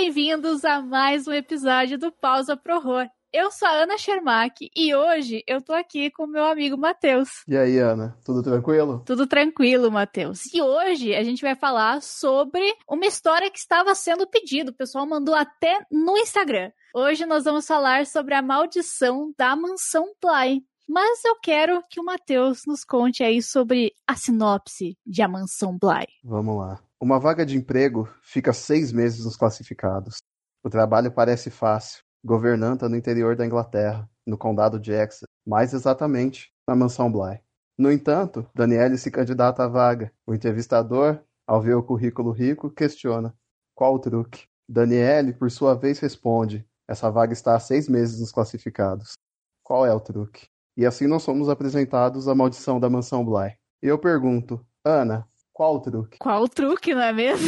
bem-vindos a mais um episódio do Pausa pro Horror. Eu sou a Ana Schermack e hoje eu tô aqui com o meu amigo Matheus. E aí, Ana, tudo tranquilo? Tudo tranquilo, Matheus. E hoje a gente vai falar sobre uma história que estava sendo pedida. O pessoal mandou até no Instagram. Hoje nós vamos falar sobre a maldição da Mansão Bly. Mas eu quero que o Matheus nos conte aí sobre a sinopse de A Mansão Bly. Vamos lá. Uma vaga de emprego fica 6 meses nos classificados. O trabalho parece fácil. Governanta no interior da Inglaterra, no condado de Exeter, mais exatamente na Mansão Bly. No entanto, Danielle se candidata à vaga. O entrevistador, ao ver o currículo rico, questiona: qual o truque? Danielle, por sua vez, responde: essa vaga está há 6 meses nos classificados. Qual é o truque? E assim nós somos apresentados à maldição da Mansão Bly. E eu pergunto: Ana, qual o truque? Qual o truque, não é mesmo?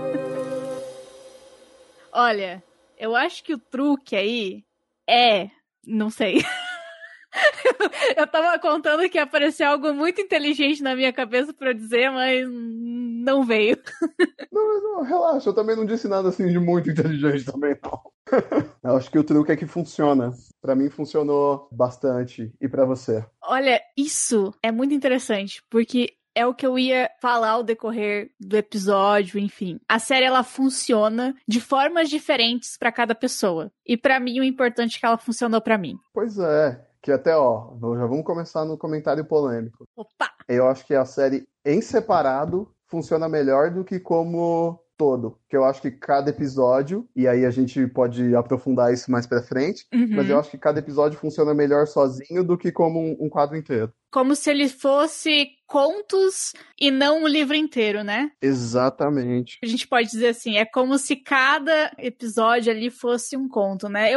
Olha, eu acho que o truque aí não sei. Eu tava contando que ia aparecer algo muito inteligente na minha cabeça pra eu dizer, mas não veio. Não, relaxa, eu também não disse nada assim de muito inteligente também, não. Eu acho que o truque é que funciona. Pra mim funcionou bastante. E pra você? Olha, isso é muito interessante, porque é o que eu ia falar ao decorrer do episódio, enfim. A série, ela funciona de formas diferentes pra cada pessoa. E pra mim, o importante é que ela funcionou pra mim. Pois é, que até, já vamos começar no comentário polêmico. Opa! Eu acho que a série em separado funciona melhor do que como todo. Que eu acho que cada episódio, e aí a gente pode aprofundar isso mais pra frente, mas eu acho que cada episódio funciona melhor sozinho do que como um quadro inteiro. Como se ele fosse contos e não um livro inteiro, né? Exatamente. A gente pode dizer assim, é como se cada episódio ali fosse um conto, né?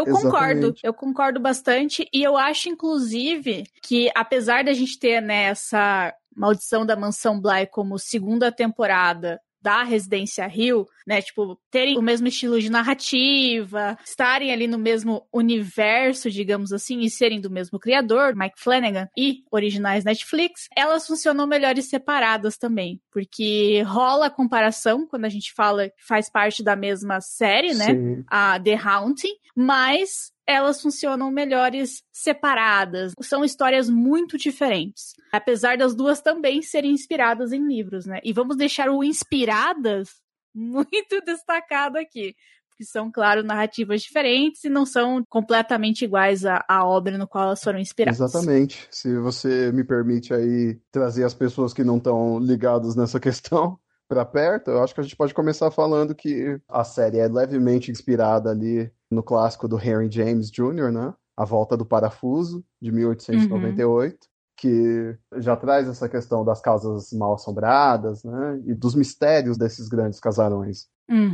Eu concordo bastante, e eu acho, inclusive, que apesar da gente ter, né, essa maldição da Mansão Bly como segunda temporada da Residência Hill, né, tipo, terem o mesmo estilo de narrativa, estarem ali no mesmo universo, digamos assim, e serem do mesmo criador, Mike Flanagan, e originais Netflix, elas funcionam melhores separadas também, porque rola a comparação quando a gente fala que faz parte da mesma série, né, Sim. a The Haunting, mas elas funcionam melhores separadas. São histórias muito diferentes. Apesar das duas também serem inspiradas em livros, né? E vamos deixar o inspiradas muito destacado aqui. Porque são, claro, narrativas diferentes e não são completamente iguais à obra no qual elas foram inspiradas. Exatamente. Se você me permite aí trazer as pessoas que não estão ligadas nessa questão para perto, eu acho que a gente pode começar falando que a série é levemente inspirada ali no clássico do Henry James Jr., né? A Volta do Parafuso, de 1898, que já traz essa questão das casas mal-assombradas, né? E dos mistérios desses grandes casarões.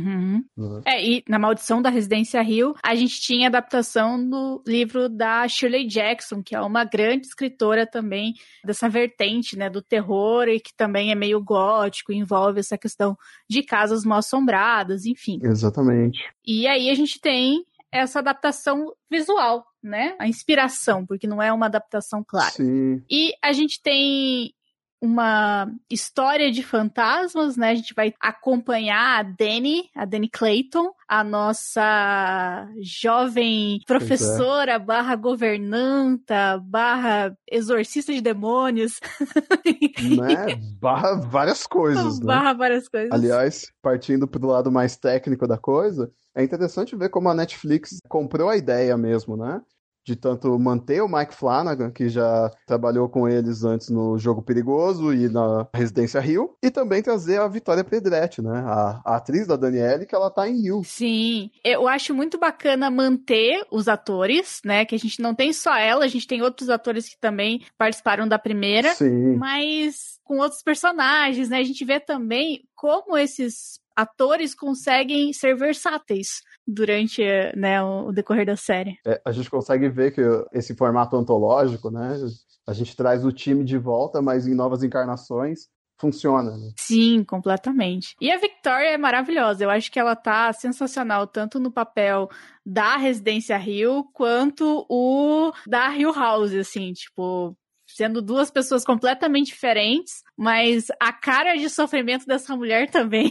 E na Maldição da Residência Hill, a gente tinha adaptação do livro da Shirley Jackson, que é uma grande escritora também dessa vertente, né, do terror, e que também é meio gótico, envolve essa questão de casas mal-assombradas, enfim. Exatamente. E aí a gente tem essa adaptação visual, né, a inspiração, porque não é uma adaptação clara. Sim. E a gente tem uma história de fantasmas, né? A gente vai acompanhar a Dani Clayton, a nossa jovem professora barra governanta, barra exorcista de demônios. Né? Barra várias coisas, né? Barra várias coisas. Aliás, partindo pro lado mais técnico da coisa, é interessante ver como a Netflix comprou a ideia mesmo, né? De tanto manter o Mike Flanagan, que já trabalhou com eles antes no Jogo Perigoso e na Residência Hill, e também trazer a Victoria Pedretti, né? A atriz da Danielle, que ela tá em Hill. Sim, eu acho muito bacana manter os atores, né? Que a gente não tem só ela, a gente tem outros atores que também participaram da primeira. Sim. Mas com outros personagens, né? A gente vê também como esses atores conseguem ser versáteis durante, né, o decorrer da série. A gente consegue ver que esse formato antológico, né? A gente traz o time de volta, mas em novas encarnações funciona, né? Sim, completamente. E a Victoria é maravilhosa. Eu acho que ela tá sensacional, tanto no papel da Residência Hill, quanto o da Hill House, assim, tipo, sendo duas pessoas completamente diferentes, mas a cara de sofrimento dessa mulher também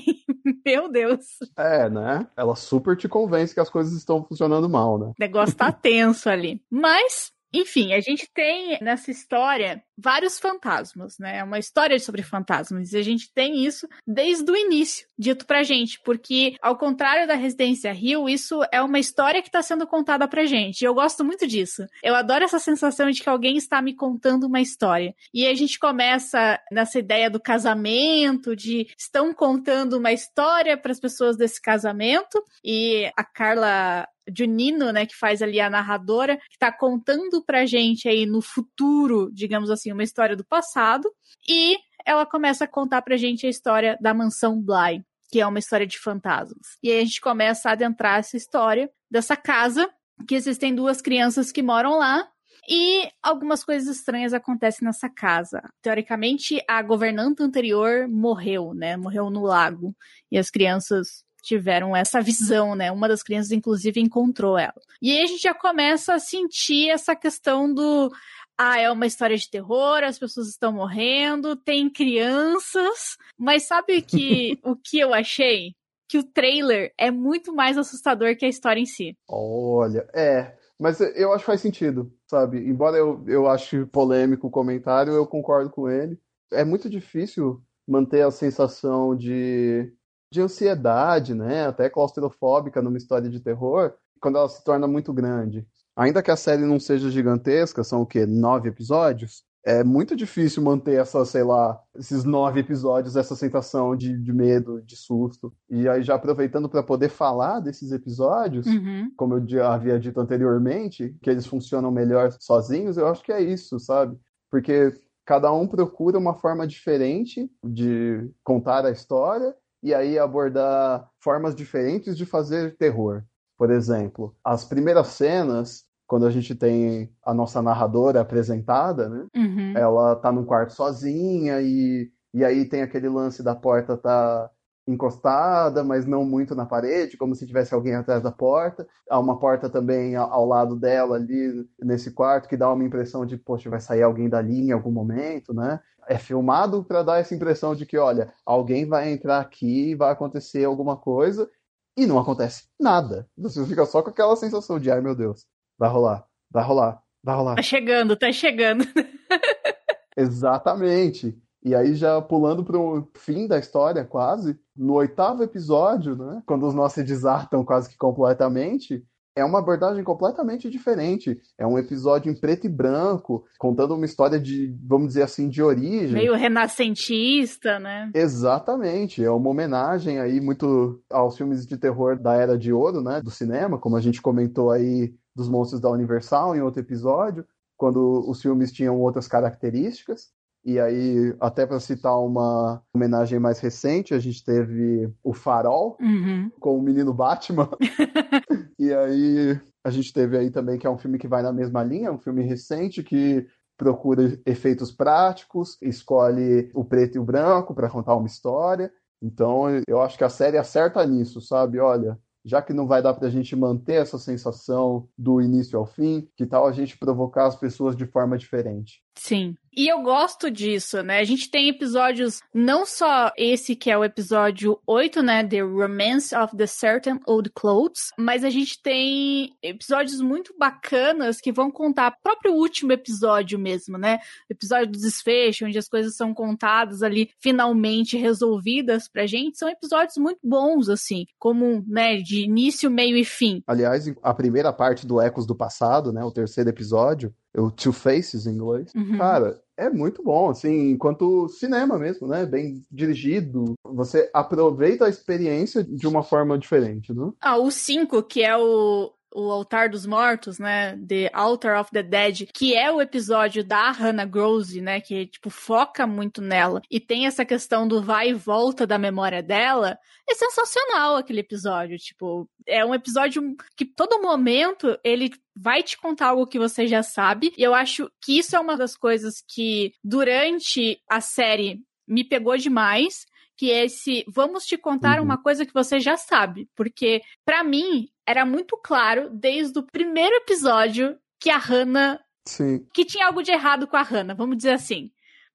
Meu Deus. Né? Ela super te convence que as coisas estão funcionando mal, né? O negócio tá tenso ali. Mas, enfim, a gente tem nessa história vários fantasmas, né? É uma história sobre fantasmas. E a gente tem isso desde o início, dito pra gente. Porque, ao contrário da Residência Hill, isso é uma história que tá sendo contada pra gente. E eu gosto muito disso. Eu adoro essa sensação de que alguém está me contando uma história. E a gente começa nessa ideia do casamento, de estão contando uma história para as pessoas desse casamento. E a Carla Giannino, né, que faz ali a narradora, que tá contando pra gente aí no futuro, digamos assim, uma história do passado, e ela começa a contar pra gente a história da mansão Bly, que é uma história de fantasmas. E aí a gente começa a adentrar essa história dessa casa, que existem 2 crianças que moram lá, e algumas coisas estranhas acontecem nessa casa. Teoricamente, a governanta anterior morreu, né, morreu no lago, e as crianças tiveram essa visão, né? Uma das crianças, inclusive, encontrou ela. E aí a gente já começa a sentir essa questão do... é uma história de terror, as pessoas estão morrendo, tem crianças... Mas sabe o que eu achei? Que o trailer é muito mais assustador que a história em si. Olha, mas eu acho que faz sentido, sabe? Embora eu ache polêmico o comentário, eu concordo com ele. É muito difícil manter a sensação de ansiedade, né? Até claustrofóbica numa história de terror, quando ela se torna muito grande. Ainda que a série não seja gigantesca, são o quê? 9 episódios? É muito difícil manter esses 9 episódios, essa sensação de medo, de susto. E aí, já aproveitando para poder falar desses episódios, como eu já havia dito anteriormente, que eles funcionam melhor sozinhos, eu acho que é isso, sabe? Porque cada um procura uma forma diferente de contar a história, e aí abordar formas diferentes de fazer terror. Por exemplo, as primeiras cenas, quando a gente tem a nossa narradora apresentada, né? Ela tá num quarto sozinha e aí tem aquele lance da porta tá encostada, mas não muito na parede, como se tivesse alguém atrás da porta. Há uma porta também ao lado dela ali nesse quarto que dá uma impressão de, poxa, vai sair alguém dali em algum momento, né? É filmado para dar essa impressão de que, olha, alguém vai entrar aqui e vai acontecer alguma coisa, e não acontece nada. Você fica só com aquela sensação de, ai meu Deus, vai rolar, vai rolar, vai rolar. Tá chegando. Exatamente. E aí, já pulando pro fim da história, quase, no 8º episódio, né, quando os nossos se desartam quase que completamente, é uma abordagem completamente diferente. É um episódio em preto e branco, contando uma história de, vamos dizer assim, de origem. Meio renascentista, né? Exatamente. É uma homenagem aí muito aos filmes de terror da Era de Ouro, né, do cinema, como a gente comentou aí dos Monstros da Universal em outro episódio, quando os filmes tinham outras características. E aí, até para citar uma homenagem mais recente, a gente teve o Farol, com o menino Batman. E aí, a gente teve aí também, que é um filme que vai na mesma linha, um filme recente que procura efeitos práticos, escolhe o preto e o branco para contar uma história. Então, eu acho que a série acerta nisso, sabe? Olha, já que não vai dar pra gente manter essa sensação do início ao fim, que tal a gente provocar as pessoas de forma diferente? Sim. E eu gosto disso, né? A gente tem episódios, não só esse que é o episódio 8, né? The Romance of the Certain Old Clothes, mas a gente tem episódios muito bacanas que vão contar o próprio último episódio mesmo, né? O episódio do desfecho, onde as coisas são contadas ali, finalmente resolvidas pra gente, são episódios muito bons, assim, como, né, de início, meio e fim. Aliás, a primeira parte do Ecos do Passado, né? O 3º episódio, o Two Faces em inglês, cara, é muito bom, assim, enquanto cinema mesmo, né? Bem dirigido, você aproveita a experiência de uma forma diferente, né? O 5, que é o Altar dos Mortos, né? The Altar of the Dead, que é o episódio da Hannah Grosse, né? Que, tipo, foca muito nela. E tem essa questão do vai e volta da memória dela. É sensacional aquele episódio. Tipo, é um episódio que todo momento ele vai te contar algo que você já sabe. E eu acho que isso é uma das coisas que, durante a série, me pegou demais. Que é esse, vamos te contar uma coisa que você já sabe. Porque, pra mim, era muito claro, desde o primeiro episódio, que a Hannah... Sim. Que tinha algo de errado com a Hannah, vamos dizer assim.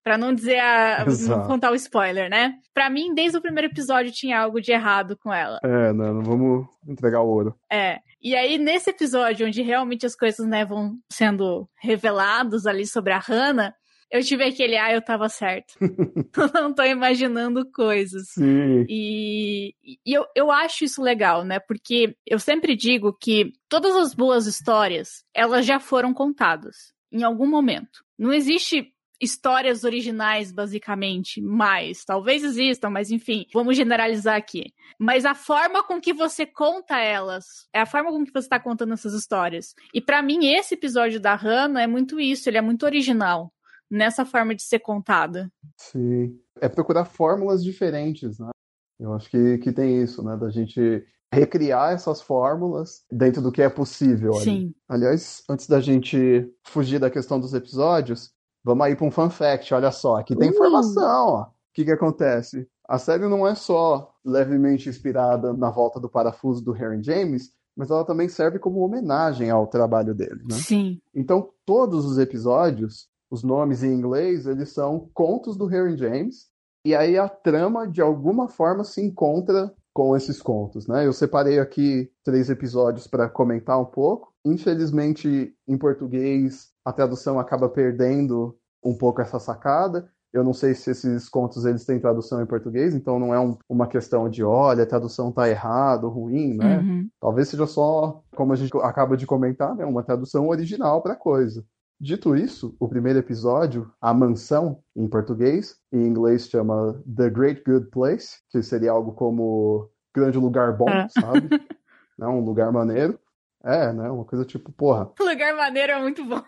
Pra não dizer não contar o spoiler, né? Pra mim, desde o primeiro episódio tinha algo de errado com ela. Não vamos entregar o ouro. E aí nesse episódio, onde realmente as coisas, né, vão sendo reveladas ali sobre a Hannah, eu tive aquele, eu tava certo. Não tô imaginando coisas. Sim. E eu acho isso legal, né? Porque eu sempre digo que todas as boas histórias, elas já foram contadas em algum momento. Não existe histórias originais, basicamente, mais. Talvez existam, mas enfim, vamos generalizar aqui. Mas a forma com que você conta elas, é a forma com que você está contando essas histórias. E pra mim, esse episódio da Hannah é muito isso, ele é muito original nessa forma de ser contada. Sim. É procurar fórmulas diferentes, né? Eu acho que tem isso, né? Da gente recriar essas fórmulas dentro do que é possível. Sim. Ali. Aliás, antes da gente fugir da questão dos episódios, vamos aí para um fun fact, olha só. Aqui tem informação, ó. O que acontece? A série não é só levemente inspirada na volta do parafuso do Harry James, mas ela também serve como homenagem ao trabalho dele, né? Sim. Então, todos os episódios, os nomes em inglês, eles são contos do Harry James, e aí a trama, de alguma forma, se encontra com esses contos, né? Eu separei aqui 3 episódios para comentar um pouco. Infelizmente, em português, a tradução acaba perdendo um pouco essa sacada. Eu não sei se esses contos eles têm tradução em português, então não é uma questão de, olha, a tradução tá errada ou ruim, né? Uhum. Talvez seja só, como a gente acaba de comentar, né, uma tradução original para a coisa. Dito isso, o primeiro episódio, A Mansão, em português, em inglês chama The Great Good Place, que seria algo como grande lugar bom, sabe? Né? Um lugar maneiro. Né? Uma coisa tipo, porra. Lugar maneiro é muito bom.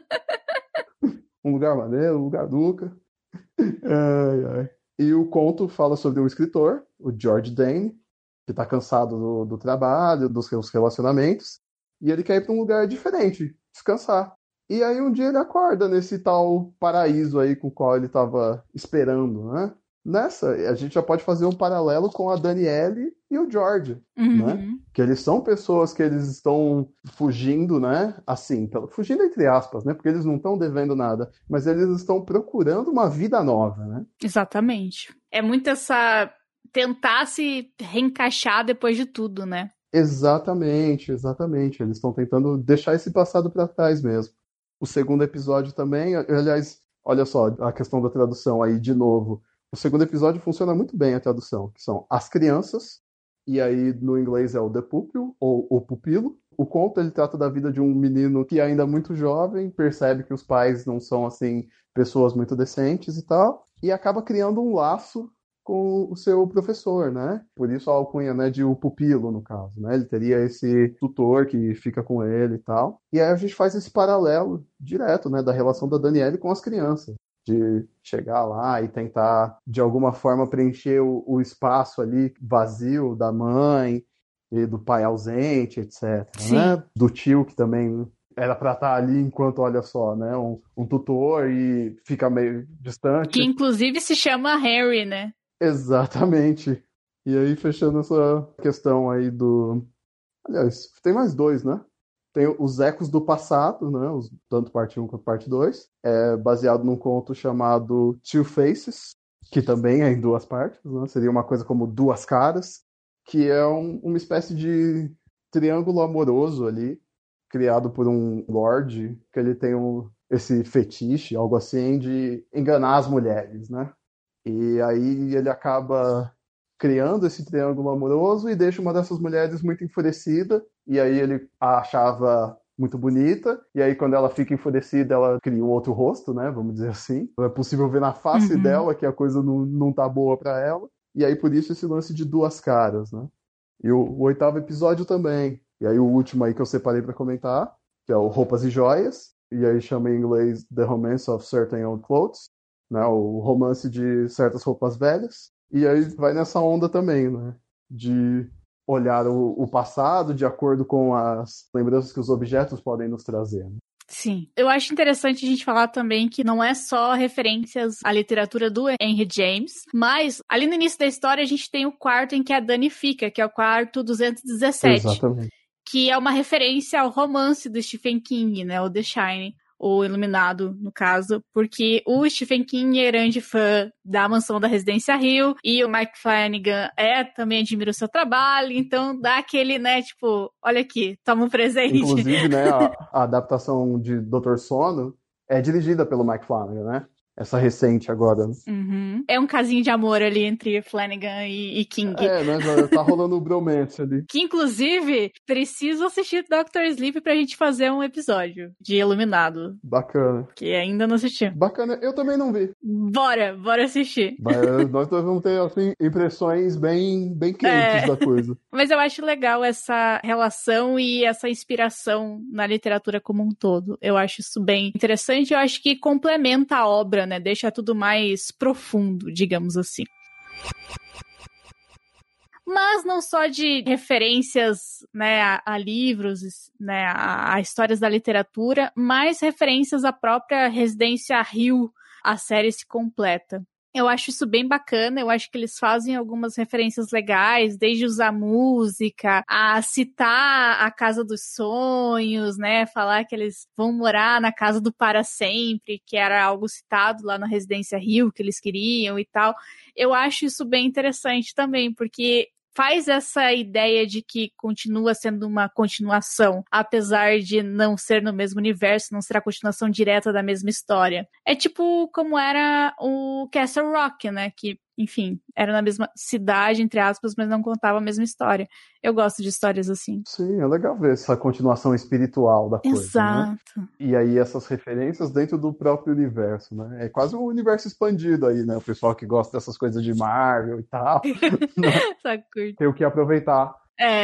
Um lugar maneiro, um lugar duca. Ai. E o conto fala sobre um escritor, o George Dane, que tá cansado do trabalho, dos seus relacionamentos, e ele quer ir para um lugar diferente, descansar. E aí um dia ele acorda nesse tal paraíso aí com o qual ele estava esperando, né? Nessa, a gente já pode fazer um paralelo com a Danielle e o George, né? Que eles são pessoas que eles estão fugindo, né? Assim, fugindo entre aspas, né? Porque eles não estão devendo nada, mas eles estão procurando uma vida nova, né? Exatamente. É muito essa... tentar se reencaixar depois de tudo, né? Exatamente. Eles estão tentando deixar esse passado para trás mesmo. O segundo episódio também, aliás, olha só, a questão da tradução aí de novo. O segundo episódio funciona muito bem a tradução, que são as crianças, e aí no inglês é o The Pupil, ou o pupilo. O conto ele trata da vida de um menino que ainda é muito jovem, percebe que os pais não são, assim, pessoas muito decentes e tal, e acaba criando um laço com o seu professor, né? Por isso a alcunha, né, de o pupilo, no caso, né? Ele teria esse tutor que fica com ele e tal. E aí a gente faz esse paralelo direto, né, da relação da Danielle com as crianças. De chegar lá e tentar, de alguma forma, preencher o espaço ali vazio da mãe e do pai ausente, etc. Né? Do tio que também era pra estar ali enquanto, olha só, né? Um tutor e fica meio distante. Que inclusive se chama Harry, né? Exatamente. E aí, fechando essa questão aí do... Aliás, tem mais 2, né? Tem os Ecos do Passado, né? Tanto parte 1 quanto parte 2. É baseado num conto chamado Two Faces, que também é em 2 partes, né? Seria uma coisa como Duas Caras, que é uma espécie de triângulo amoroso ali, criado por um lord, que ele tem esse fetiche, algo assim, de enganar as mulheres, né? E aí ele acaba criando esse triângulo amoroso e deixa uma dessas mulheres muito enfurecida, e aí ele a achava muito bonita, e aí quando ela fica enfurecida, ela cria um outro rosto, né, vamos dizer assim. É possível ver na face dela que a coisa não tá boa pra ela, e aí por isso esse lance de duas caras, né. E o 8º episódio também, e aí o último aí que eu separei pra comentar, que é o Roupas e Joias, e aí chama em inglês The Romance of Certain Old Clothes, né, o romance de certas roupas velhas. E aí vai nessa onda também, né? De olhar o passado de acordo com as lembranças que os objetos podem nos trazer. Né? Sim. Eu acho interessante a gente falar também que não é só referências à literatura do Henry James, mas ali no início da história a gente tem o quarto em que a Dani fica, que é o quarto 217. Exatamente. Que é uma referência ao romance do Stephen King, né? O The Shining. o Iluminado, no caso, porque o Stephen King é grande fã da Mansão da Residência Hill, e o Mike Flanagan também admira o seu trabalho, então dá aquele, né, tipo, olha aqui, toma um presente. Inclusive, né, a adaptação de Dr. Sono é dirigida pelo Mike Flanagan, né? Essa recente agora. Uhum. É um casinho de amor ali entre Flanagan e King. Né? Tá rolando o bromance ali. Que, inclusive, preciso assistir Dr. Sleep pra gente fazer um episódio de Iluminado. Bacana. Que ainda não assisti. Bacana. Eu também não vi. Bora assistir. Mas nós vamos ter, assim, impressões bem quentes da coisa. Mas eu acho legal essa relação e essa inspiração na literatura como um todo. Eu acho isso bem interessante. Eu acho que complementa a obra, né? Deixa tudo mais profundo, digamos assim. Mas não só de referências, né, a livros, né, a histórias da literatura, mas referências à própria Residência Hill, a série se completa. Eu acho isso bem bacana, eu acho que eles fazem algumas referências legais, desde usar música, a citar a Casa dos Sonhos, né, falar que eles vão morar na Casa do Para Sempre, que era algo citado lá na Residência Hill, que eles queriam e tal. Eu acho isso bem interessante também, porque faz essa ideia de que continua sendo uma continuação, apesar de não ser no mesmo universo, não ser a continuação direta da mesma história. É tipo como era o Castle Rock, né? Que, enfim, era na mesma cidade, entre aspas, mas não contava a mesma história. Eu gosto de histórias assim. Sim, é legal ver essa continuação espiritual da coisa. Exato. Né? E aí essas referências dentro do próprio universo, né? É quase um universo expandido aí, né? O pessoal que gosta dessas coisas de Marvel e tal. Né? Tem o que aproveitar.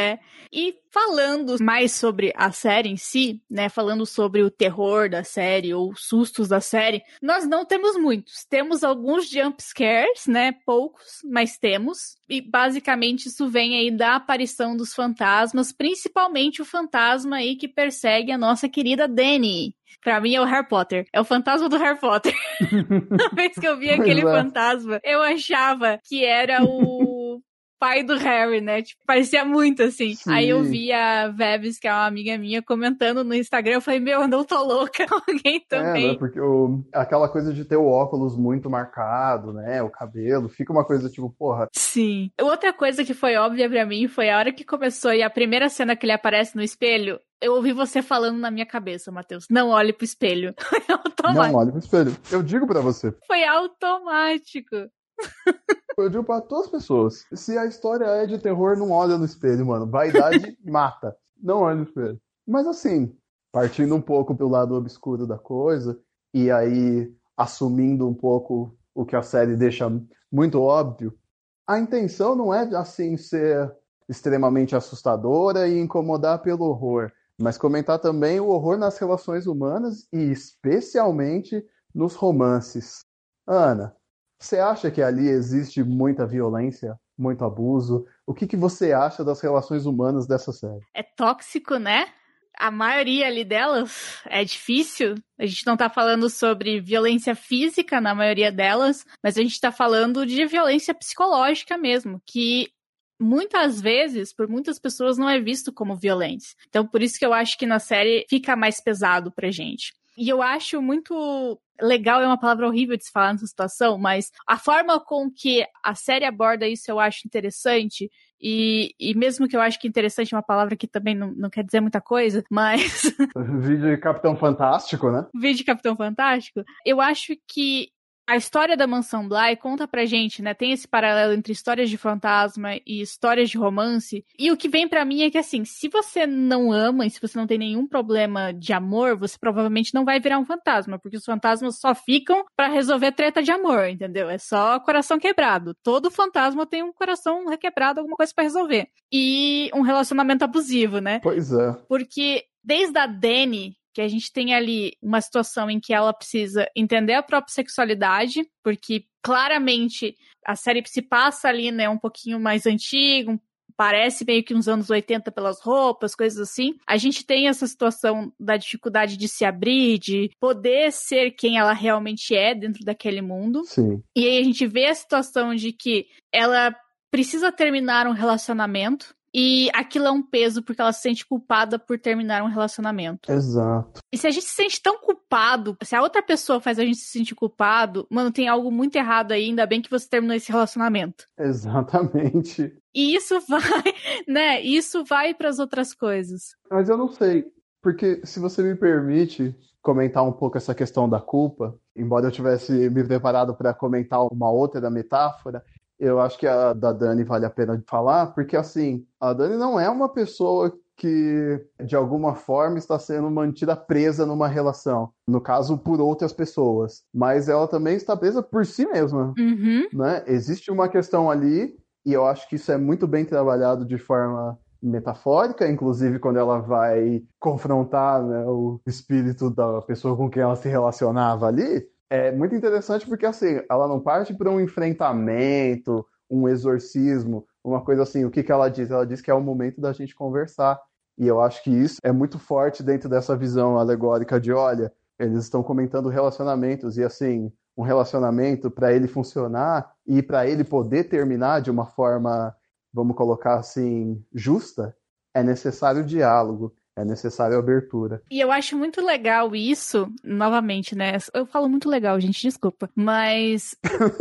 E falando mais sobre a série em si, né, falando sobre o terror da série ou sustos da série, nós não temos muitos. Temos alguns jump scares, né, poucos, mas temos. E basicamente isso vem aí da aparição dos fantasmas, principalmente o fantasma aí que persegue a nossa querida Dani. Pra mim é o Harry Potter. É o fantasma do Harry Potter. Toda vez que eu vi aquele fantasma, eu achava que era o pai do Harry, né? Tipo, parecia muito assim. Sim. Aí eu vi a Vebs, que é uma amiga minha, comentando no Instagram. Eu falei, meu, eu não tô louca. Alguém também. Né? Porque aquela coisa de ter o óculos muito marcado, né? O cabelo, fica uma coisa tipo, porra. Sim. Outra coisa que foi óbvia pra mim foi a hora que começou e a primeira cena que ele aparece no espelho. Eu ouvi você falando na minha cabeça, Matheus. Não olhe pro espelho. Foi automático. Não olhe pro espelho. Eu digo pra você. Foi automático. Eu digo pra todas as pessoas, se a história é de terror, não olha no espelho, mano. Vaidade mata. Não olha no espelho. Mas assim, partindo um pouco pelo lado obscuro da coisa, e aí assumindo um pouco o que a série deixa muito óbvio, a intenção não é, assim, ser extremamente assustadora e incomodar pelo horror, mas comentar também o horror nas relações humanas e especialmente nos romances. Ana, você acha que ali existe muita violência, muito abuso? O que você acha das relações humanas dessa série? É tóxico, né? A maioria ali delas é difícil. A gente não tá falando sobre violência física na maioria delas, mas a gente tá falando de violência psicológica mesmo, que muitas vezes, por muitas pessoas, não é visto como violência. Então, por isso que eu acho que na série fica mais pesado pra gente. E eu acho muito legal, é uma palavra horrível de se falar nessa situação, mas a forma com que a série aborda isso eu acho interessante. E mesmo que eu acho que interessante é uma palavra que também não quer dizer muita coisa, mas... Vídeo de Capitão Fantástico, né? Vídeo de Capitão Fantástico. Eu acho que a história da Mansão Bly conta pra gente, né? Tem esse paralelo entre histórias de fantasma e histórias de romance. E o que vem pra mim é que, assim, se você não ama e se você não tem nenhum problema de amor, você provavelmente não vai virar um fantasma, porque os fantasmas só ficam pra resolver treta de amor, entendeu? É só coração quebrado. Todo fantasma tem um coração requebrado, alguma coisa pra resolver. E um relacionamento abusivo, né? Pois é. Porque desde a Dani, que a gente tem ali uma situação em que ela precisa entender a própria sexualidade, porque claramente a série se passa ali, né, um pouquinho mais antigo, parece meio que uns anos 80 pelas roupas, coisas assim. A gente tem essa situação da dificuldade de se abrir, de poder ser quem ela realmente é dentro daquele mundo. Sim. E aí a gente vê a situação de que ela precisa terminar um relacionamento, e aquilo é um peso porque ela se sente culpada por terminar um relacionamento. Exato. E se a gente se sente tão culpado, se a outra pessoa faz a gente se sentir culpado, mano, tem algo muito errado aí, ainda bem que você terminou esse relacionamento. Exatamente. E isso vai, né? Isso vai para as outras coisas. Mas eu não sei, porque se você me permite comentar um pouco essa questão da culpa, embora eu tivesse me preparado para comentar uma outra metáfora, eu acho que a da Dani vale a pena falar, porque assim, a Dani não é uma pessoa que de alguma forma está sendo mantida presa numa relação, no caso por outras pessoas, mas ela também está presa por si mesma, né? Existe uma questão ali, e eu acho que isso é muito bem trabalhado de forma metafórica, inclusive quando ela vai confrontar, né, o espírito da pessoa com quem ela se relacionava ali. É muito interessante porque assim, ela não parte para um enfrentamento, um exorcismo, uma coisa assim. O que que ela diz? Ela diz que é o momento da gente conversar. E eu acho que isso é muito forte dentro dessa visão alegórica de, olha, eles estão comentando relacionamentos e assim, um relacionamento para ele funcionar e para ele poder terminar de uma forma, vamos colocar assim, justa, é necessário diálogo, é necessário abertura. E eu acho muito legal isso, novamente, né? Eu falo muito legal, gente, desculpa. Mas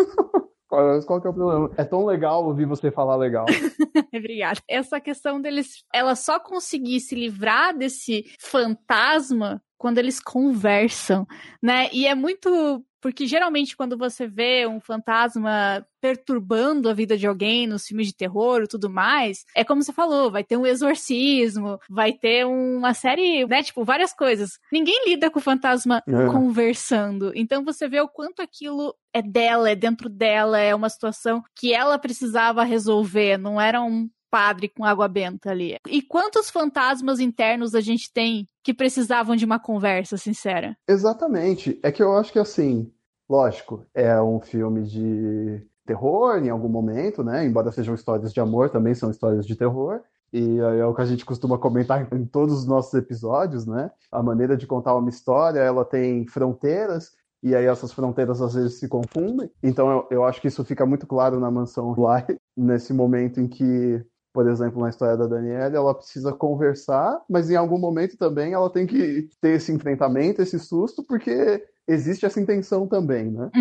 Qual que é o problema? É tão legal ouvir você falar legal. Obrigada. Essa questão deles, ela só conseguir se livrar desse fantasma quando eles conversam, né? E é muito... Porque geralmente quando você vê um fantasma perturbando a vida de alguém nos filmes de terror e tudo mais, é como você falou, vai ter um exorcismo, vai ter uma série, né, tipo, várias coisas. Ninguém lida com o fantasma conversando. Então você vê o quanto aquilo é dela, é dentro dela, é uma situação que ela precisava resolver, não era um padre com água benta ali. E quantos fantasmas internos a gente tem que precisavam de uma conversa sincera? Exatamente. É que eu acho que assim, lógico, é um filme de terror em algum momento, né? Embora sejam histórias de amor, também são histórias de terror. E é o que a gente costuma comentar em todos os nossos episódios, né? A maneira de contar uma história, ela tem fronteiras, e aí essas fronteiras às vezes se confundem. Então eu acho que isso fica muito claro na Mansão Bly, nesse momento em que, por exemplo, na história da Daniela, ela precisa conversar, mas em algum momento também ela tem que ter esse enfrentamento, esse susto, porque existe essa intenção também, né?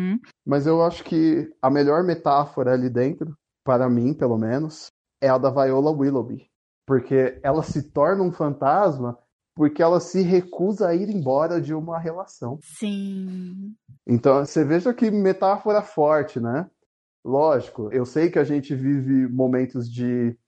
Mas eu acho que a melhor metáfora ali dentro, para mim, pelo menos, é a da Viola Willoughby. Porque ela se torna um fantasma porque ela se recusa a ir embora de uma relação. Sim. Então, você veja que metáfora forte, né? Lógico, eu sei que a gente vive momentos de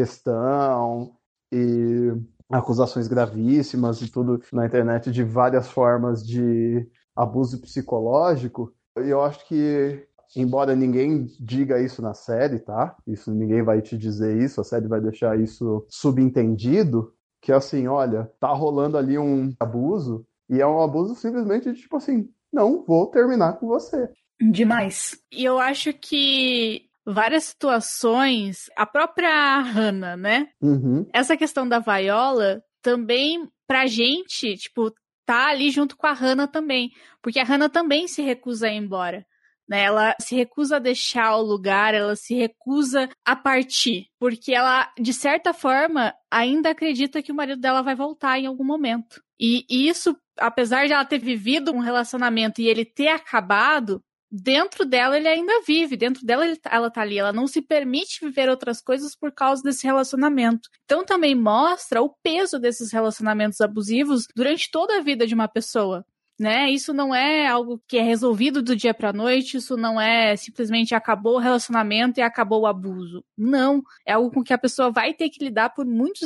textão e acusações gravíssimas e tudo na internet de várias formas de abuso psicológico. E eu acho que, embora ninguém diga isso na série, tá? Isso, ninguém vai te dizer isso, a série vai deixar isso subentendido, que assim, olha, tá rolando ali um abuso, e é um abuso simplesmente de tipo assim, não vou terminar com você. Demais. E eu acho que várias situações, a própria Hannah, né? Essa questão da Viola também, pra gente, tipo, tá ali junto com a Hannah também. Porque a Hannah também se recusa a ir embora. Né? Ela se recusa a deixar o lugar, ela se recusa a partir. Porque ela, de certa forma, ainda acredita que o marido dela vai voltar em algum momento. E isso, apesar de ela ter vivido um relacionamento e ele ter acabado, dentro dela ele ainda vive, dentro dela ela tá ali, ela não se permite viver outras coisas por causa desse relacionamento. Então também mostra o peso desses relacionamentos abusivos durante toda a vida de uma pessoa. Né? Isso não é algo que é resolvido do dia para a noite, isso não é simplesmente acabou o relacionamento e acabou o abuso. Não, é algo com que a pessoa vai ter que lidar por muito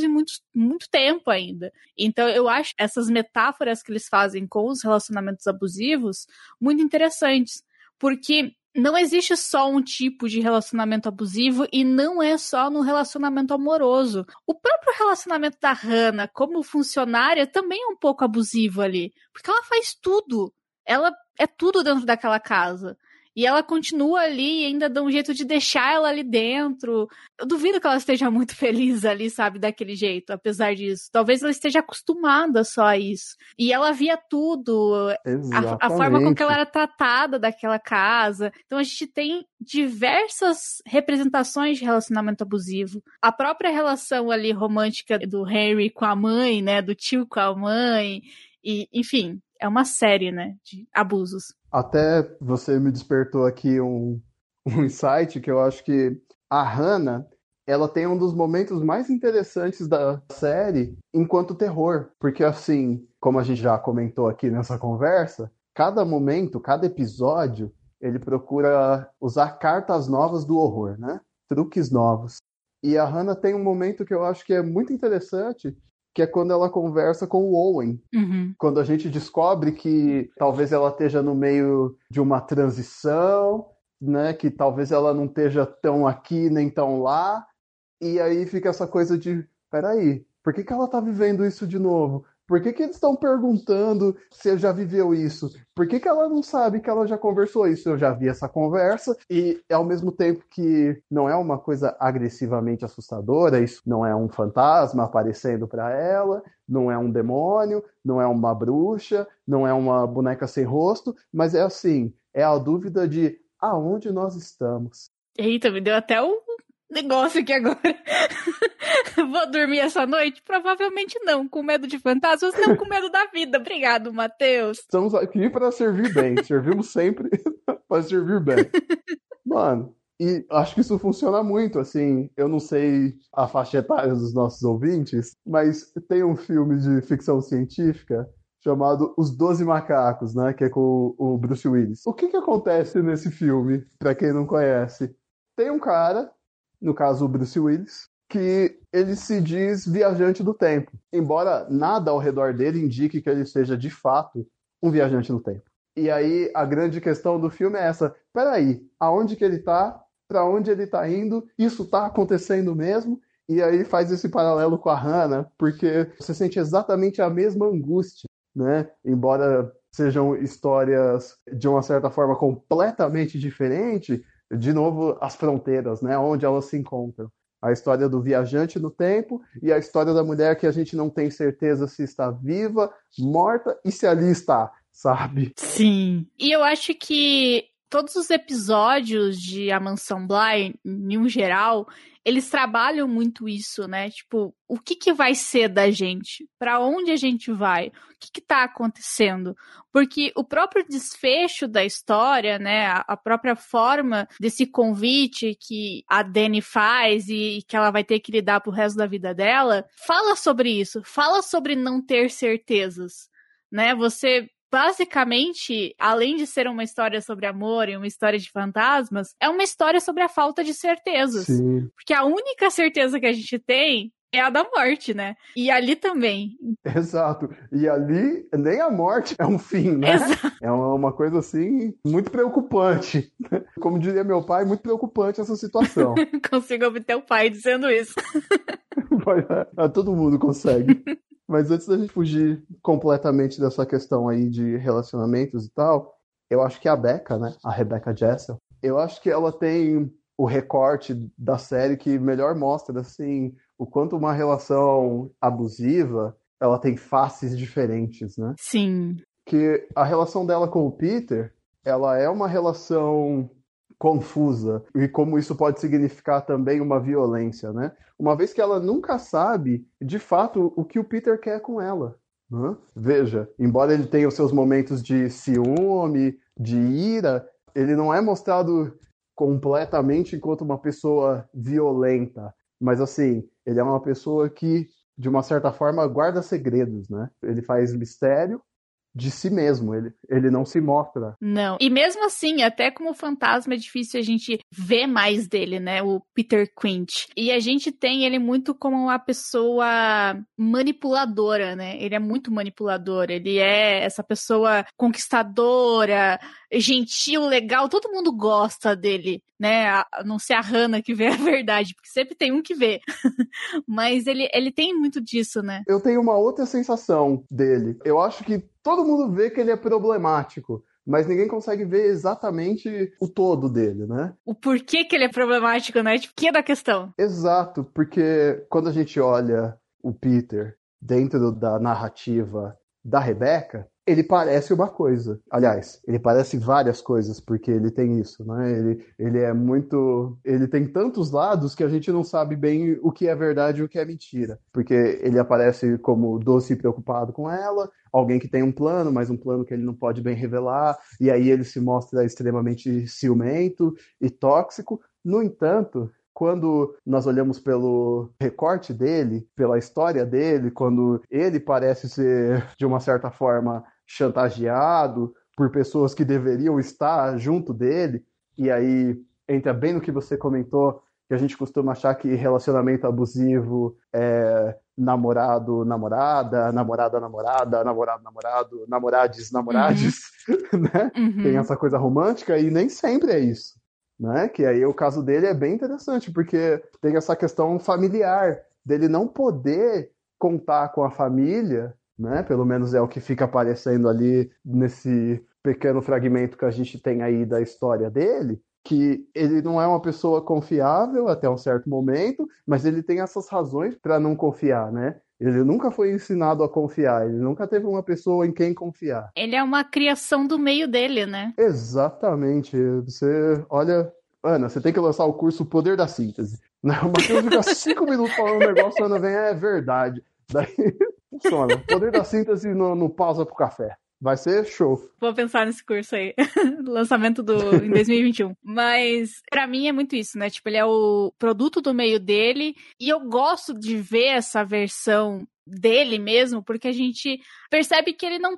tempo ainda. Então eu acho essas metáforas que eles fazem com os relacionamentos abusivos muito interessantes, porque não existe só um tipo de relacionamento abusivo e não é só no relacionamento amoroso. O próprio relacionamento da Hannah como funcionária também é um pouco abusivo ali, porque ela faz tudo. Ela é tudo dentro daquela casa. E ela continua ali e ainda dá um jeito de deixar ela ali dentro. Eu duvido que ela esteja muito feliz ali, sabe, daquele jeito, apesar disso. Talvez ela esteja acostumada só a isso. E ela via tudo, a forma com que ela era tratada daquela casa. Então a gente tem diversas representações de relacionamento abusivo. A própria relação ali romântica do Henry com a mãe, né, do tio com a mãe, e enfim, é uma série, né, de abusos. Até você me despertou aqui um insight que eu acho que a Hannah, ela tem um dos momentos mais interessantes da série enquanto terror. Porque assim, como a gente já comentou aqui nessa conversa, cada momento, cada episódio, ele procura usar cartas novas do horror, né? Truques novos. E a Hannah tem um momento que eu acho que é muito interessante, que é quando ela conversa com o Owen. Uhum. Quando a gente descobre que talvez ela esteja no meio de uma transição, né? Que talvez ela não esteja tão aqui nem tão lá. E aí fica essa coisa de, peraí, por que ela tá vivendo isso de novo? Por que eles estão perguntando se já viveu isso? Por que ela não sabe que ela já conversou isso? Eu já vi essa conversa e, ao mesmo tempo que não é uma coisa agressivamente assustadora, isso não é um fantasma aparecendo para ela, não é um demônio, não é uma bruxa, não é uma boneca sem rosto, mas é assim, é a dúvida de aonde nós estamos. Eita, me deu até um negócio aqui agora. Vou dormir essa noite? Provavelmente não. Com medo de fantasmas? Não, com medo da vida. Obrigado, Matheus. Estamos aqui para servir bem. Servimos sempre para servir bem. Mano, e acho que isso funciona muito, assim. Eu não sei a faixa etária dos nossos ouvintes, mas tem um filme de ficção científica chamado Os 12 Macacos, né? Que é com o Bruce Willis. O que acontece nesse filme, para quem não conhece? Tem um cara, no caso o Bruce Willis, que ele se diz viajante do tempo, embora nada ao redor dele indique que ele seja de fato um viajante do tempo. E aí a grande questão do filme é essa: peraí, aonde que ele tá? Pra onde ele tá indo? Isso tá acontecendo mesmo? E aí faz esse paralelo com a Hannah, porque você sente exatamente a mesma angústia, né? Embora sejam histórias de uma certa forma completamente diferentes, de novo as fronteiras, né? Onde elas se encontram. A história do viajante no tempo e a história da mulher que a gente não tem certeza se está viva, morta e se ali está, sabe? Sim. E eu acho que todos os episódios de A Mansão Bly, em um geral, eles trabalham muito isso, né? Tipo, o que vai ser da gente? Pra onde a gente vai? O que tá acontecendo? Porque o próprio desfecho da história, né? A própria forma desse convite que a Dani faz e que ela vai ter que lidar pro resto da vida dela, fala sobre isso. Fala sobre não ter certezas, né? Você... basicamente, além de ser uma história sobre amor e uma história de fantasmas, é uma história sobre a falta de certezas. Sim. Porque a única certeza que a gente tem é a da morte, né? E ali também. Exato. E ali, nem a morte é um fim, né? Exato. É uma coisa, assim, muito preocupante. Como diria meu pai, muito preocupante essa situação. Consigo ouvir teu pai dizendo isso. Todo mundo consegue. Mas antes da gente fugir completamente dessa questão aí de relacionamentos e tal, eu acho que a Becca, né? A Rebecca Jessel, eu acho que ela tem o recorte da série que melhor mostra, assim, o quanto uma relação abusiva, ela tem faces diferentes, né? Sim. Que a relação dela com o Peter, ela é uma relação confusa, e como isso pode significar também uma violência, né? Uma vez que ela nunca sabe, de fato, o que o Peter quer com ela. Né? Veja, embora ele tenha os seus momentos de ciúme, de ira, ele não é mostrado completamente enquanto uma pessoa violenta, mas assim, ele é uma pessoa que, de uma certa forma, guarda segredos, né? Ele faz mistério de si mesmo, ele não se mostra. Não. E mesmo assim, até como fantasma, é difícil a gente ver mais dele, né? O Peter Quint. E a gente tem ele muito como uma pessoa manipuladora, né? Ele é muito manipulador. Ele é essa pessoa conquistadora, gentil, legal. Todo mundo gosta dele, né? A não ser a Hannah que vê a verdade, porque sempre tem um que vê. Mas ele tem muito disso, né? Eu tenho uma outra sensação dele. Eu acho que todo mundo vê que ele é problemático, mas ninguém consegue ver exatamente o todo dele, né? O porquê que ele é problemático, né? Tipo, o que é da questão? Exato, porque quando a gente olha o Peter dentro da narrativa da Rebecca, ele parece uma coisa. Aliás, ele parece várias coisas, porque ele tem isso, né? Ele é muito... Ele tem tantos lados que a gente não sabe bem o que é verdade e o que é mentira. Porque ele aparece como doce e preocupado com ela, alguém que tem um plano, mas um plano que ele não pode bem revelar, e aí ele se mostra extremamente ciumento e tóxico. No entanto, quando nós olhamos pelo recorte dele, pela história dele, quando ele parece ser, de uma certa forma, chantageado por pessoas que deveriam estar junto dele, e aí entra bem no que você comentou, que a gente costuma achar que relacionamento abusivo é namorado, namorada, namorada, namorada, namorado, namorado, namorades, namorades, né? Tem essa coisa romântica e nem sempre é isso. Né? Que aí o caso dele é bem interessante, porque tem essa questão familiar, dele não poder contar com a família, né? Pelo menos é o que fica aparecendo ali nesse pequeno fragmento que a gente tem aí da história dele, que ele não é uma pessoa confiável até um certo momento, mas ele tem essas razões para não confiar, né? Ele nunca foi ensinado a confiar, ele nunca teve uma pessoa em quem confiar. Ele é uma criação do meio dele, né? Exatamente. Você, olha, Ana, você tem que lançar o curso Poder da Síntese. O Matheus fica 5 minutos falando um negócio, a Ana vem, é verdade. Daí funciona. Poder da Síntese no pausa pro café. Vai ser show. Vou pensar nesse curso aí. Lançamento em 2021. Mas, pra mim, é muito isso, né? Tipo, ele é o produto do meio dele. E eu gosto de ver essa versão dele mesmo, porque a gente percebe que ele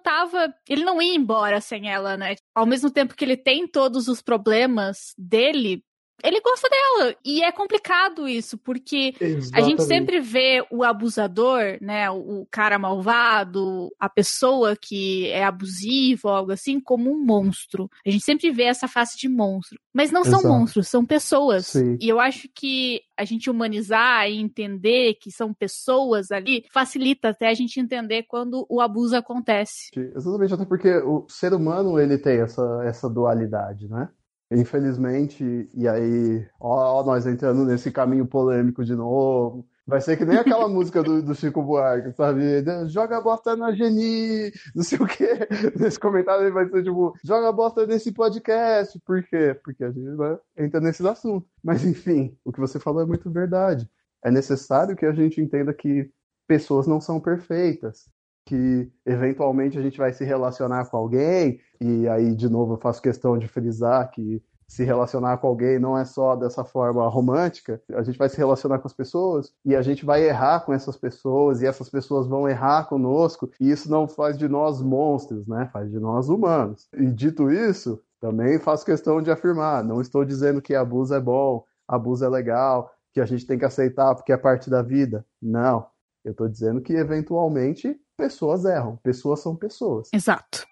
não ia embora sem ela, né? Ao mesmo tempo que ele tem todos os problemas dele, ele gosta dela. E é complicado isso, porque Exatamente. A gente sempre vê o abusador, né, o cara malvado, a pessoa que é abusiva ou algo assim, como um monstro. A gente sempre vê essa face de monstro. Mas não são monstros, são pessoas. Sim. E eu acho que a gente humanizar e entender que são pessoas ali, facilita até a gente entender quando o abuso acontece. Exatamente, até porque o ser humano, ele tem essa dualidade, né? Infelizmente, e aí, ó, nós entrando nesse caminho polêmico de novo. Vai ser que nem aquela música do Chico Buarque, sabe? Joga a bosta na Geni, não sei o quê. Nesse comentário ele vai ser tipo, joga a bosta nesse podcast. Por quê? Porque a gente entra nesses assuntos. Mas enfim, o que você falou é muito verdade. É necessário que a gente entenda que pessoas não são perfeitas. Que eventualmente a gente vai se relacionar com alguém, e aí de novo eu faço questão de frisar que se relacionar com alguém não é só dessa forma romântica, a gente vai se relacionar com as pessoas e a gente vai errar com essas pessoas e essas pessoas vão errar conosco, e isso não faz de nós monstros, né? Faz de nós humanos. E dito isso, também faço questão de afirmar, não estou dizendo que abuso é bom, abuso é legal, que a gente tem que aceitar porque é parte da vida. Não. Eu estou dizendo que, eventualmente, pessoas erram. Pessoas são pessoas. Exato.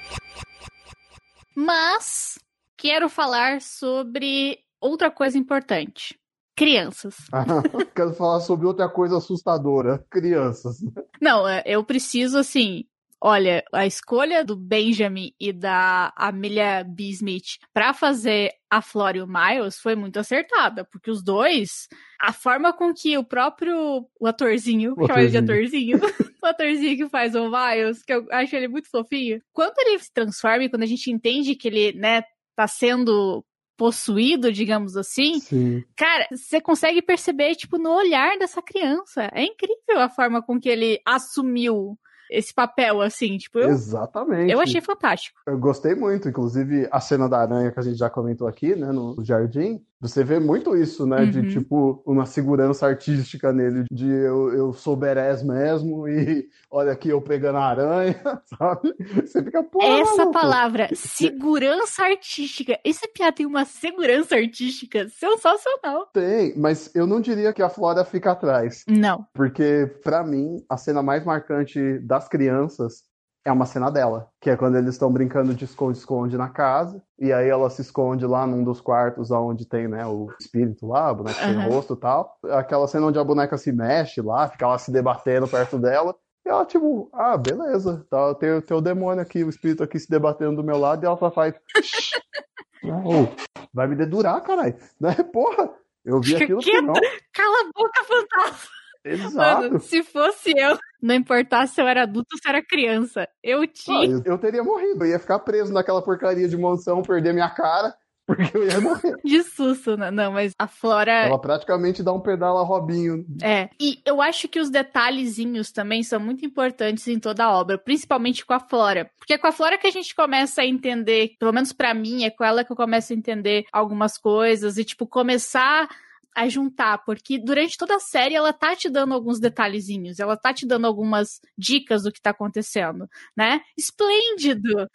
Mas quero falar sobre outra coisa importante. Crianças. Quero falar sobre outra coisa assustadora. Crianças. Não, eu preciso, assim... Olha, a escolha do Benjamin e da Amelia B. Smith pra fazer a Flora e o Miles foi muito acertada, porque os dois, a forma com que o atorzinho, chama ele de atorzinho, o atorzinho que faz o Miles, que eu acho ele muito fofinho, quando ele se transforma e quando a gente entende que ele, né, tá sendo possuído, digamos assim, Sim. Cara, você consegue perceber, tipo, no olhar dessa criança. É incrível a forma com que ele assumiu esse papel, assim, tipo... Exatamente. Eu achei fantástico. Eu gostei muito, inclusive a cena da aranha que a gente já comentou aqui, né, no jardim, você vê muito isso, né, de tipo, uma segurança artística nele, de eu sou badass mesmo e olha aqui eu pegando a aranha, sabe? Você fica, pô, essa maluco. Palavra, segurança artística, esse piada tem uma segurança artística sensacional. Tem, mas eu não diria que a Flora fica atrás. Não. Porque, pra mim, a cena mais marcante das crianças é uma cena dela, que é quando eles estão brincando de esconde-esconde na casa, e aí ela se esconde lá num dos quartos onde tem, né, o espírito lá, a boneca sem rosto e tal. Aquela cena onde a boneca se mexe lá, fica lá se debatendo perto dela. E ela, tipo, beleza, tá, tem o demônio aqui, o espírito aqui se debatendo do meu lado, e ela só faz. Vai me dedurar, caralho. Né? Porra, eu vi Fica aquilo que quieta, não. cala a boca, fantasma. Exato. Mano, se fosse eu, não importasse se eu era adulto ou se eu era criança, eu tinha. Eu teria morrido, eu ia ficar preso naquela porcaria de mansão, perder minha cara, porque eu ia morrer. De susto, né? Não, mas a Flora... Ela praticamente dá um pedal a Robinho. E eu acho que os detalhezinhos também são muito importantes em toda a obra, principalmente com a Flora. Porque é com a Flora que a gente começa a entender, pelo menos pra mim, é com ela que eu começo a entender algumas coisas e, tipo, começar a juntar, porque durante toda a série ela tá te dando alguns detalhezinhos, ela tá te dando algumas dicas do que tá acontecendo, né? Esplêndido!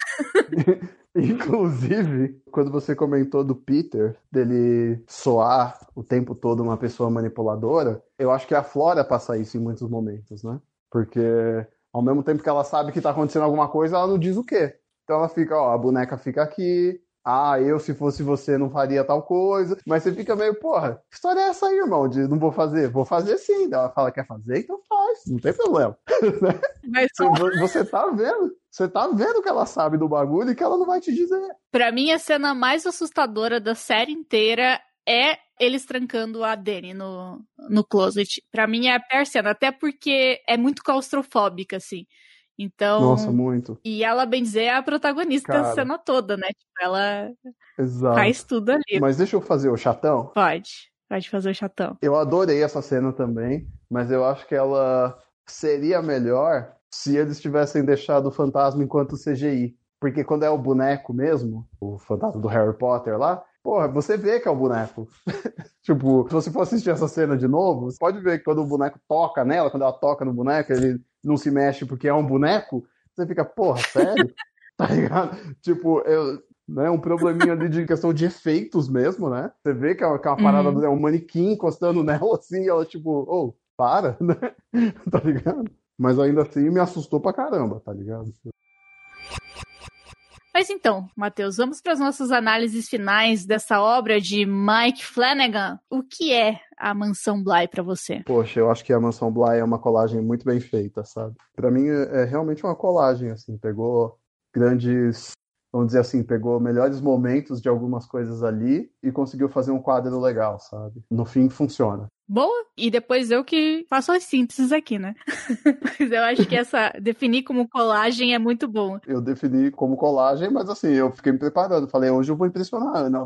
Inclusive, quando você comentou do Peter, dele soar o tempo todo uma pessoa manipuladora, eu acho que a Flora passa isso em muitos momentos, né? Porque ao mesmo tempo que ela sabe que tá acontecendo alguma coisa, ela não diz o quê. Então ela fica, a boneca fica aqui, eu se fosse você não faria tal coisa, mas você fica meio, porra, que história é essa aí, irmão, de não vou fazer sim. Daí ela fala, quer fazer? Então faz, não tem problema. Mas você tá vendo que ela sabe do bagulho e que ela não vai te dizer. Pra mim, a cena mais assustadora da série inteira é eles trancando a Dani no closet. Pra mim é a pior cena, até porque é muito claustrofóbica, assim. Então... Nossa, muito. E ela, bem dizer, é a protagonista da cena toda, né? Tipo, ela faz tudo ali. Mas deixa eu fazer o chatão? Pode fazer o chatão. Eu adorei essa cena também, mas eu acho que ela seria melhor se eles tivessem deixado o fantasma enquanto CGI. Porque quando é o boneco mesmo, o fantasma do Harry Potter lá, porra, você vê que é o boneco. Tipo, se você for assistir essa cena de novo, você pode ver que quando o boneco toca nela, quando ela toca no boneco, ele não se mexe porque é um boneco, você fica, porra, sério? Tá ligado? Tipo, né, um probleminha ali de questão de efeitos mesmo, né? Você vê que é uma parada, um manequim encostando nela assim, e ela tipo, para, né? Tá ligado? Mas ainda assim me assustou pra caramba, tá ligado? Mas então, Matheus, vamos para as nossas análises finais dessa obra de Mike Flanagan. O que é a Mansão Bly para você? Poxa, eu acho que a Mansão Bly é uma colagem muito bem feita, sabe? Pra mim é realmente uma colagem, assim, pegou grandes, vamos dizer assim, pegou melhores momentos de algumas coisas ali e conseguiu fazer um quadro legal, sabe? No fim, funciona. Boa, e depois eu que faço as sínteses aqui, né? Mas eu acho que definir como colagem é muito bom. Eu defini como colagem, mas assim, eu fiquei me preparando. Falei, hoje eu vou impressionar a Ana.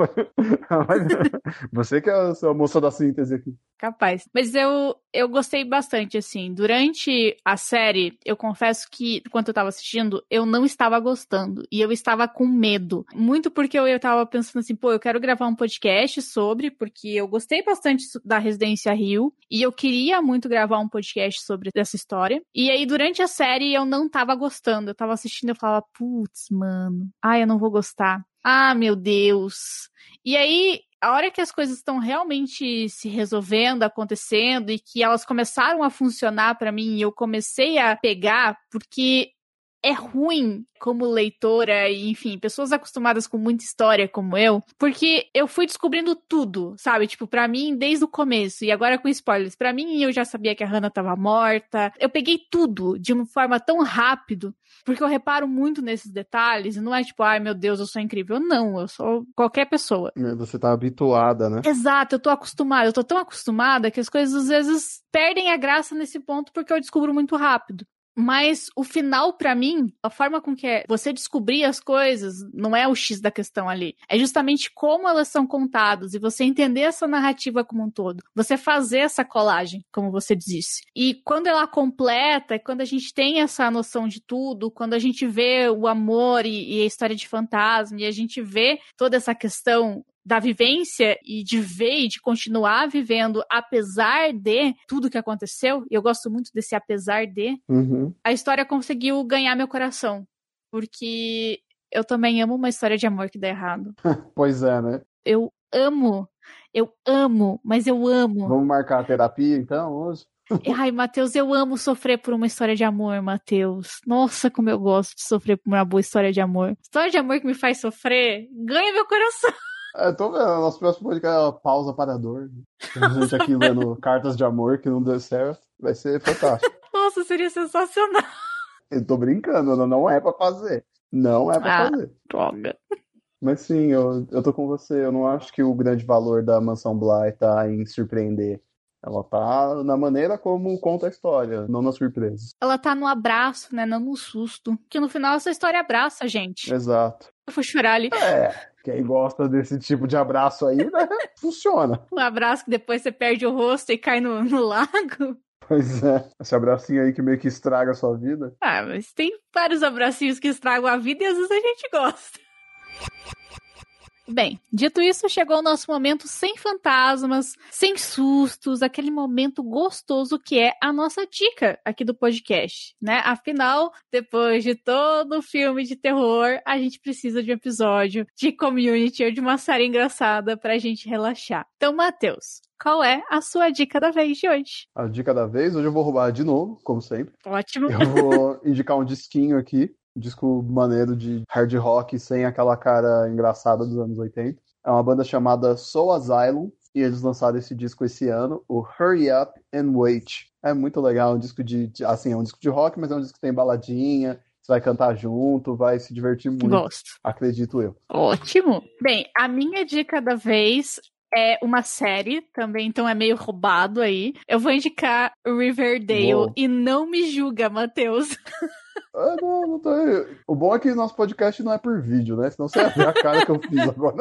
Você que é a moça da síntese aqui. Capaz. Mas eu gostei bastante, assim. Durante a série, eu confesso que, enquanto eu tava assistindo, eu não estava gostando. E eu estava com medo. Muito porque eu tava pensando assim, eu quero gravar um podcast sobre, porque eu gostei bastante da Residência Rio. E eu queria muito gravar um podcast sobre essa história. E aí, durante a série, eu não tava gostando. Eu tava assistindo e eu falava, putz, mano. Eu não vou gostar. Meu Deus. E aí, a hora que as coisas estão realmente se resolvendo, acontecendo, e que elas começaram a funcionar pra mim, e eu comecei a pegar, porque é ruim como leitora e, enfim, pessoas acostumadas com muita história como eu, porque eu fui descobrindo tudo, sabe? Tipo, pra mim, desde o começo, e agora com spoilers, pra mim eu já sabia que a Hannah tava morta, eu peguei tudo de uma forma tão rápido, porque eu reparo muito nesses detalhes, e não é tipo, meu Deus, eu sou incrível. Não, eu sou qualquer pessoa. Você tá habituada, né? Exato, eu tô acostumada, eu tô tão acostumada que as coisas às vezes perdem a graça nesse ponto porque eu descubro muito rápido. Mas o final, pra mim, a forma com que você descobrir as coisas, não é o X da questão ali. É justamente como elas são contadas e você entender essa narrativa como um todo. Você fazer essa colagem, como você disse. E quando ela completa, quando a gente tem essa noção de tudo, quando a gente vê o amor e a história de fantasma, e a gente vê toda essa questão da vivência e de ver e de continuar vivendo apesar de tudo que aconteceu, e eu gosto muito desse apesar de, a história conseguiu ganhar meu coração, porque eu também amo uma história de amor que dá errado. Pois é, né? Eu amo, mas eu amo. Vamos marcar a terapia, então, hoje? Matheus, eu amo sofrer por uma história de amor, Matheus. Nossa, como eu gosto de sofrer por uma boa história de amor. História de amor que me faz sofrer, ganha meu coração. Tô vendo, nosso próximo podcast é pausa para a dor. A gente aqui lendo cartas de amor que não deu certo. Vai ser fantástico. Nossa, seria sensacional. Eu tô brincando, não é pra fazer. Não é pra fazer. Droga. Mas sim, eu tô com você. Eu não acho que o grande valor da Mansão Bly tá em surpreender. Ela tá na maneira como conta a história, não nas surpresas. Ela tá no abraço, né? Não no susto. Que no final essa história abraça a gente. Exato. Eu vou chorar ali. Quem gosta desse tipo de abraço aí, né? Funciona. Um abraço que depois você perde o rosto e cai no lago. Pois é. Esse abracinho aí que meio que estraga a sua vida. Mas tem vários abracinhos que estragam a vida e às vezes a gente gosta. Bem, dito isso, chegou o nosso momento sem fantasmas, sem sustos, aquele momento gostoso que é a nossa dica aqui do podcast, né? Afinal, depois de todo filme de terror, a gente precisa de um episódio de Community ou de uma série engraçada pra gente relaxar. Então, Matheus, qual é a sua dica da vez de hoje? A dica da vez, hoje eu vou roubar de novo, como sempre. Ótimo. Eu vou indicar um disquinho aqui. Um disco maneiro de hard rock sem aquela cara engraçada dos anos 80. É uma banda chamada Soul Asylum e eles lançaram esse disco esse ano, o Hurry Up and Wait. É muito legal, um disco assim, é um disco de rock, mas é um disco que tem baladinha, você vai cantar junto, vai se divertir muito. Gosto. Acredito eu. Ótimo. Bem, a minha dica da vez é uma série também, então é meio roubado aí. Eu vou indicar Riverdale. Uou. E não me julga, Matheus. Não tô aí. O bom é que nosso podcast não é por vídeo, né? Senão você ia ver a cara que eu fiz agora.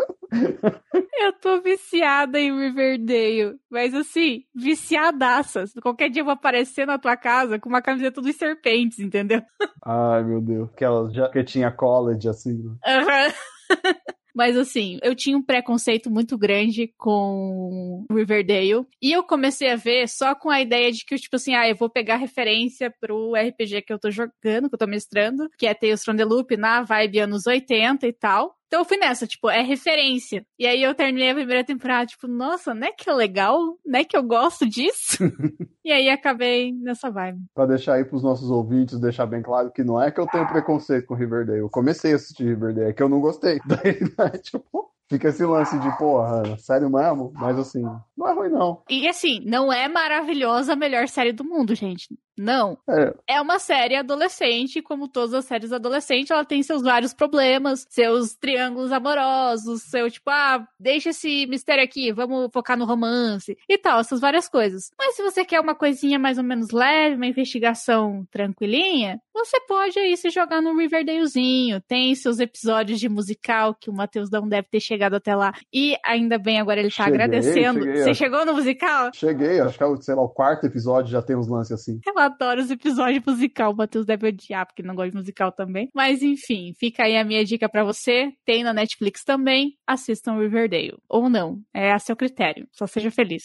Eu tô viciada em Riverdale. Mas assim, viciadaças. Qualquer dia eu vou aparecer na tua casa com uma camiseta dos serpentes, entendeu? Ai, meu Deus. Aquela jaquetinha college, assim. Aham. Mas assim, eu tinha um preconceito muito grande com Riverdale. E eu comecei a ver só com a ideia de que, tipo assim, eu vou pegar referência pro RPG que eu tô jogando, que eu tô mestrando, que é Tales from the Loop, na vibe anos 80 e tal. Então eu fui nessa, tipo, é referência. E aí eu terminei a primeira temporada, tipo, nossa, não é que é legal? Não é que eu gosto disso? E aí acabei nessa vibe. Pra deixar aí pros nossos ouvintes, deixar bem claro que não é que eu tenho preconceito com Riverdale. Eu comecei a assistir Riverdale, é que eu não gostei. Daí, né, tipo, fica esse lance de, porra, sério mesmo? Mas assim, não é ruim não. E assim, não é maravilhosa a melhor série do mundo, gente. Não. É uma série adolescente, como todas as séries adolescentes, ela tem seus vários problemas, seus triângulos amorosos, seu tipo, deixa esse mistério aqui, vamos focar no romance e tal, essas várias coisas. Mas se você quer uma coisinha mais ou menos leve, uma investigação tranquilinha, você pode aí se jogar no Riverdalezinho. Tem seus episódios de musical, que o Matheus não deve ter chegado até lá. E ainda bem, agora ele tá agradecendo. Você chegou no musical? Cheguei, acho que é, sei lá, o 4º episódio já tem uns lances assim. Eu adoro os episódios musical. O Matheus deve odiar, porque não gosta de musical também. Mas enfim, fica aí a minha dica pra você. Tem na Netflix também. Assistam Riverdale. Ou não, é a seu critério. Só seja feliz.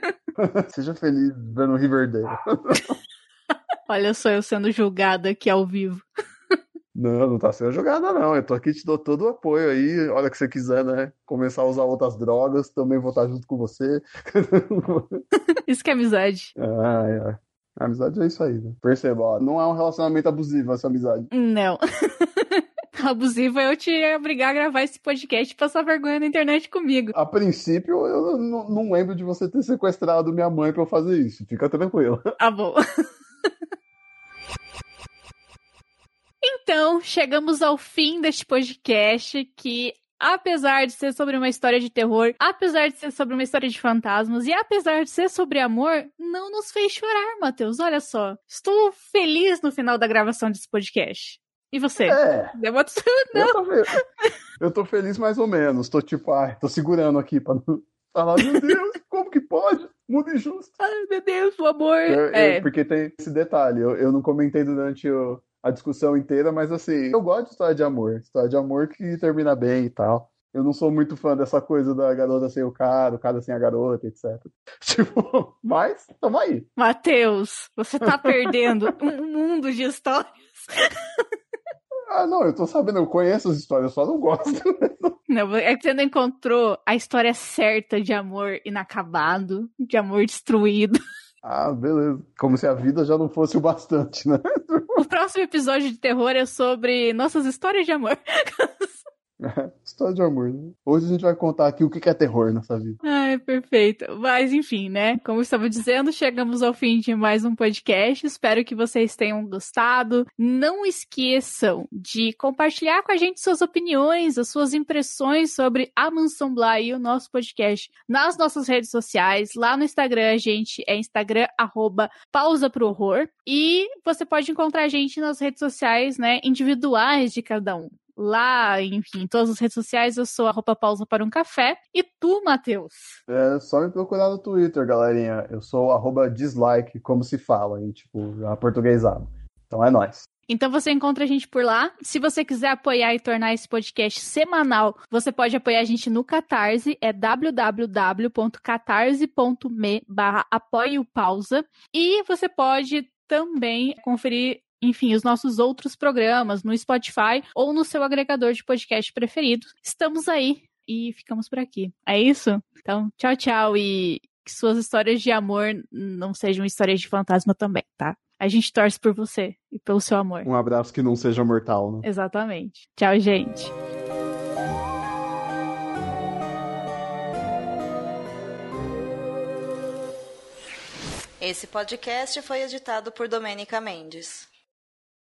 Seja feliz vendo Riverdale. Olha só eu sendo julgada aqui ao vivo. Não tá sendo jogada não. Eu tô aqui, te dou todo o apoio aí. Olha que você quiser, né? Começar a usar outras drogas, também vou estar junto com você. Isso que é amizade. A amizade é isso aí, né? Perceba, não é um relacionamento abusivo essa amizade. Não. Abusivo é eu te obrigar a gravar esse podcast e passar vergonha na internet comigo. A princípio, eu não lembro de você ter sequestrado minha mãe pra eu fazer isso. Fica tranquilo. Ah, bom. Então, chegamos ao fim deste podcast que, apesar de ser sobre uma história de terror, apesar de ser sobre uma história de fantasmas e apesar de ser sobre amor, não nos fez chorar, Matheus. Olha só, estou feliz no final da gravação desse podcast. E você? Não. Eu tô feliz mais ou menos. Tô tipo, tô segurando aqui pra não falar, meu Deus, como que pode? Mundo injusto. Ai, meu Deus, o amor. Porque tem esse detalhe, eu não comentei durante a discussão inteira, mas assim, eu gosto de história de amor que termina bem e tal. Eu não sou muito fã dessa coisa da garota sem o cara sem a garota, etc. Tipo, mas, tamo aí. Matheus, você tá perdendo um mundo de histórias. Não, eu tô sabendo, eu conheço as histórias, só não gosto. Não, é que você não encontrou a história certa de amor inacabado, de amor destruído. Beleza. Como se a vida já não fosse o bastante, né? O próximo episódio de terror é sobre nossas histórias de amor. História de amor, né? Hoje a gente vai contar aqui o que é terror nessa vida. Ai, Ai, perfeito. Mas enfim, né? Como eu estava dizendo, chegamos ao fim de mais um podcast. Espero que vocês tenham gostado. Não esqueçam de compartilhar com a gente suas opiniões, as suas impressões sobre a Mansão Bly e o nosso podcast nas nossas redes sociais. Lá no Instagram, a gente é Instagram, @pausaprohorror. E você pode encontrar a gente nas redes sociais, né, individuais de cada um. Lá, enfim, em todas as redes sociais, eu sou @pausa para um café. E tu, Matheus? É só me procurar no Twitter, galerinha. Eu sou @dislike, como se fala, hein? Tipo, aportuguesado. Então é nóis. Então você encontra a gente por lá. Se você quiser apoiar e tornar esse podcast semanal, você pode apoiar a gente no Catarse, é www.catarse.me/apoiopausa. E você pode também conferir, enfim, os nossos outros programas no Spotify ou no seu agregador de podcast preferido. Estamos aí e ficamos por aqui. É isso? Então, tchau, tchau, e que suas histórias de amor não sejam histórias de fantasma também, tá? A gente torce por você e pelo seu amor. Um abraço que não seja mortal, né? Exatamente. Tchau, gente. Esse podcast foi editado por Domênica Mendes.